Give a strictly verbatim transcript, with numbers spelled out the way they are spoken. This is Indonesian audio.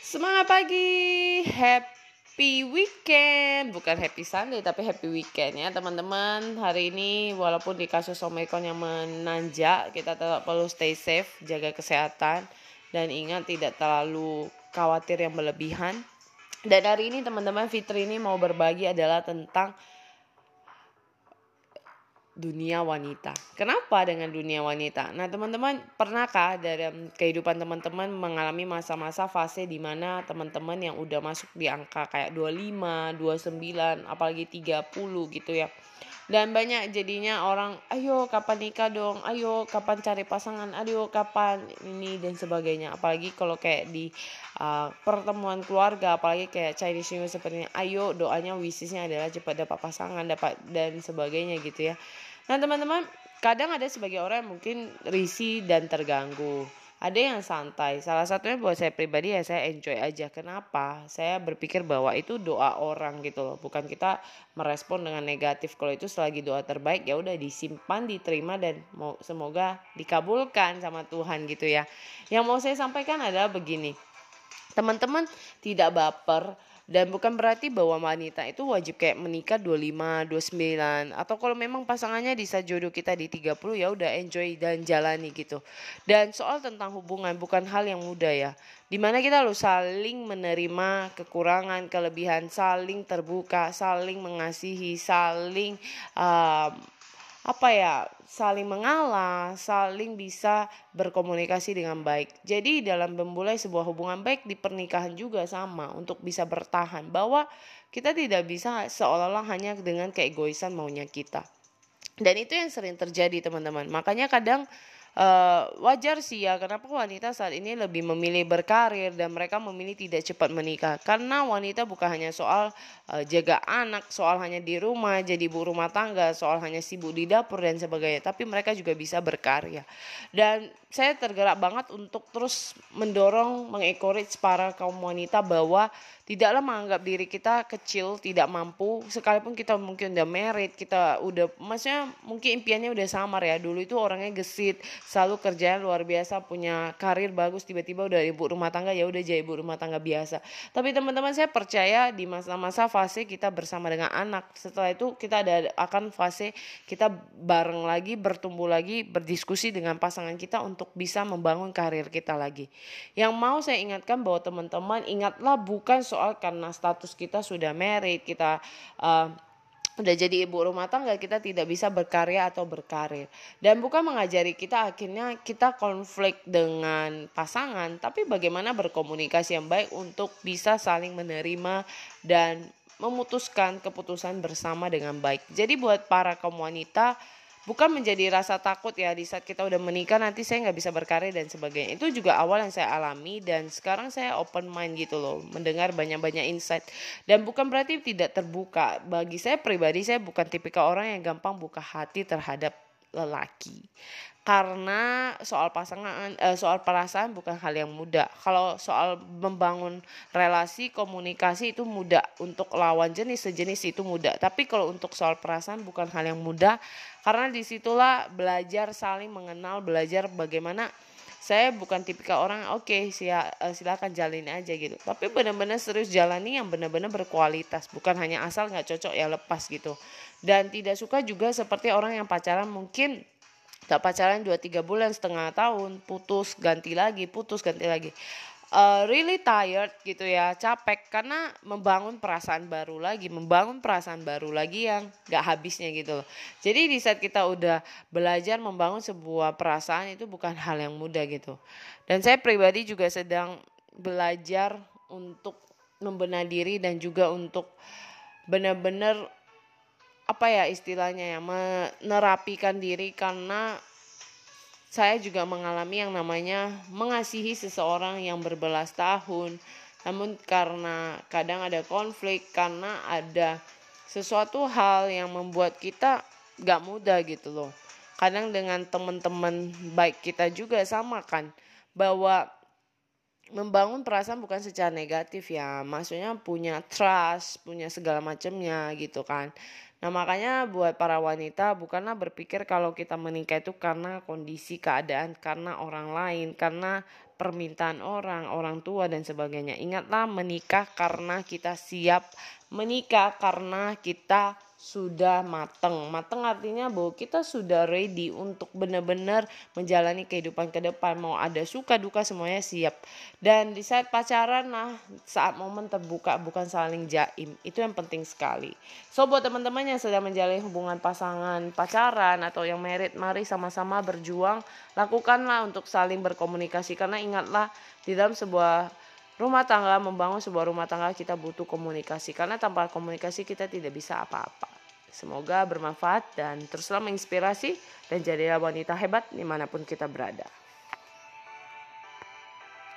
Semangat pagi, happy weekend. Bukan happy Sunday tapi happy weekend ya teman-teman. Hari ini walaupun di kasus Omicron yang menanjak, kita tetap perlu stay safe, jaga kesehatan. Dan ingat tidak terlalu khawatir yang berlebihan. Dan hari ini teman-teman, Fitri ini mau berbagi adalah tentang dunia wanita. Kenapa dengan dunia wanita? Nah teman-teman, pernahkah dalam kehidupan teman-teman mengalami masa-masa fase di mana teman-teman yang udah masuk di angka kayak dua puluh lima, dua puluh sembilan, apalagi tiga puluh gitu ya. Dan banyak jadinya orang, ayo kapan nikah dong, ayo kapan cari pasangan, ayo kapan ini dan sebagainya. Apalagi kalau kayak di uh, pertemuan keluarga, apalagi kayak Chinese New Year seperti ini, ayo doanya wishlistnya adalah cepat dapat pasangan, dapat dan sebagainya gitu ya. Nah teman-teman, kadang ada sebagai orang yang mungkin risih dan terganggu. Ada yang santai. Salah satunya buat saya pribadi ya saya enjoy aja. Kenapa? Saya berpikir bahwa itu doa orang gitu loh. Bukan kita merespon dengan negatif. Kalau itu selagi doa terbaik ya udah disimpan, diterima dan mau semoga dikabulkan sama Tuhan gitu ya. Yang mau saya sampaikan adalah begini. Teman-teman tidak baper. Dan bukan berarti bahwa wanita itu wajib kayak menikah dua puluh lima, dua puluh sembilan. Atau kalau memang pasangannya di saat jodoh kita di tiga puluh ya udah enjoy dan jalani gitu. Dan soal tentang hubungan bukan hal yang mudah ya. Dimana kita harus saling menerima kekurangan, kelebihan, saling terbuka, saling mengasihi, saling uh, apa ya, saling mengalah, saling bisa berkomunikasi dengan baik. Jadi dalam memulai sebuah hubungan baik di pernikahan juga sama untuk bisa bertahan, bahwa kita tidak bisa seolah-olah hanya dengan keegoisan maunya kita. Dan itu yang sering terjadi teman-teman. Makanya kadang Uh, wajar sih ya kenapa wanita saat ini lebih memilih berkarir dan mereka memilih tidak cepat menikah. Karena wanita bukan hanya soal uh, jaga anak, soal hanya di rumah jadi ibu rumah tangga, soal hanya sibuk di dapur dan sebagainya, tapi mereka juga bisa berkarya. Dan saya tergerak banget untuk terus mendorong, mengencourage para kaum wanita bahwa tidaklah menganggap diri kita kecil, tidak mampu, sekalipun kita mungkin udah married, kita udah, maksudnya mungkin impiannya udah samar ya. Dulu itu orangnya gesit, selalu kerjanya luar biasa, punya karir bagus, tiba-tiba udah ibu rumah tangga, ya udah jadi ibu rumah tangga biasa. Tapi teman-teman, saya percaya di masa-masa fase kita bersama dengan anak, setelah itu kita ada akan fase kita bareng lagi, bertumbuh lagi, berdiskusi dengan pasangan kita untuk bisa membangun karir kita lagi. Yang mau saya ingatkan bahwa teman-teman ingatlah bukan soal karena status kita sudah married, kita uh, udah jadi ibu rumah tangga, kita tidak bisa berkarya atau berkarir. Dan bukan mengajari kita akhirnya kita konflik dengan pasangan, tapi bagaimana berkomunikasi yang baik untuk bisa saling menerima dan memutuskan keputusan bersama dengan baik. Jadi buat para kaum wanita, bukan menjadi rasa takut ya di saat kita udah menikah nanti saya nggak bisa berkarya dan sebagainya. Itu juga awal yang saya alami dan sekarang saya open mind gitu loh, mendengar banyak-banyak insight. Dan bukan berarti tidak terbuka. Bagi saya pribadi, saya bukan tipikal orang yang gampang buka hati terhadap lelaki. Karena soal pasangan, eh, soal perasaan bukan hal yang mudah. Kalau soal membangun relasi, komunikasi itu mudah. Untuk lawan jenis, sejenis itu mudah. Tapi kalau untuk soal perasaan bukan hal yang mudah. Karena disitulah belajar saling mengenal, belajar bagaimana. Saya bukan tipikal orang oke okay, silakan jalani aja gitu. Tapi benar-benar serius jalani yang benar-benar berkualitas. Bukan hanya asal gak cocok ya lepas gitu. Dan tidak suka juga seperti orang yang pacaran mungkin gak pacaran dua tiga bulan, setengah tahun, putus, ganti lagi, putus, ganti lagi. Uh, really tired gitu ya, capek karena membangun perasaan baru lagi, membangun perasaan baru lagi yang gak habisnya gitu loh. Jadi di saat kita udah belajar membangun sebuah perasaan itu bukan hal yang mudah gitu. Dan saya pribadi juga sedang belajar untuk membenahi diri dan juga untuk benar-benar apa ya istilahnya ya, menerapikan diri karena saya juga mengalami yang namanya mengasihi seseorang yang berbelas tahun. Namun karena kadang ada konflik, karena ada sesuatu hal yang membuat kita gak mudah gitu loh. Kadang dengan teman-teman baik kita juga sama kan, bahwa membangun perasaan bukan secara negatif ya, maksudnya punya trust, punya segala macamnya gitu kan. Nah makanya buat para wanita bukanlah berpikir kalau kita menikah itu karena kondisi keadaan, karena orang lain, karena permintaan orang, orang tua dan sebagainya. Ingatlah menikah karena kita siap, menikah karena kita sudah mateng. Mateng artinya bahwa kita sudah ready untuk benar-benar menjalani kehidupan ke depan. Mau ada suka duka semuanya siap. Dan di saat pacaran nah saat momen terbuka, bukan saling jaim. Itu yang penting sekali. So buat teman-teman yang sedang menjalani hubungan pasangan pacaran atau yang married, mari sama-sama berjuang. Lakukanlah untuk saling berkomunikasi. Karena ingatlah di dalam sebuah rumah tangga, membangun sebuah rumah tangga kita butuh komunikasi. Karena tanpa komunikasi kita tidak bisa apa-apa. Semoga bermanfaat dan teruslah menginspirasi dan jadilah wanita hebat dimanapun kita berada.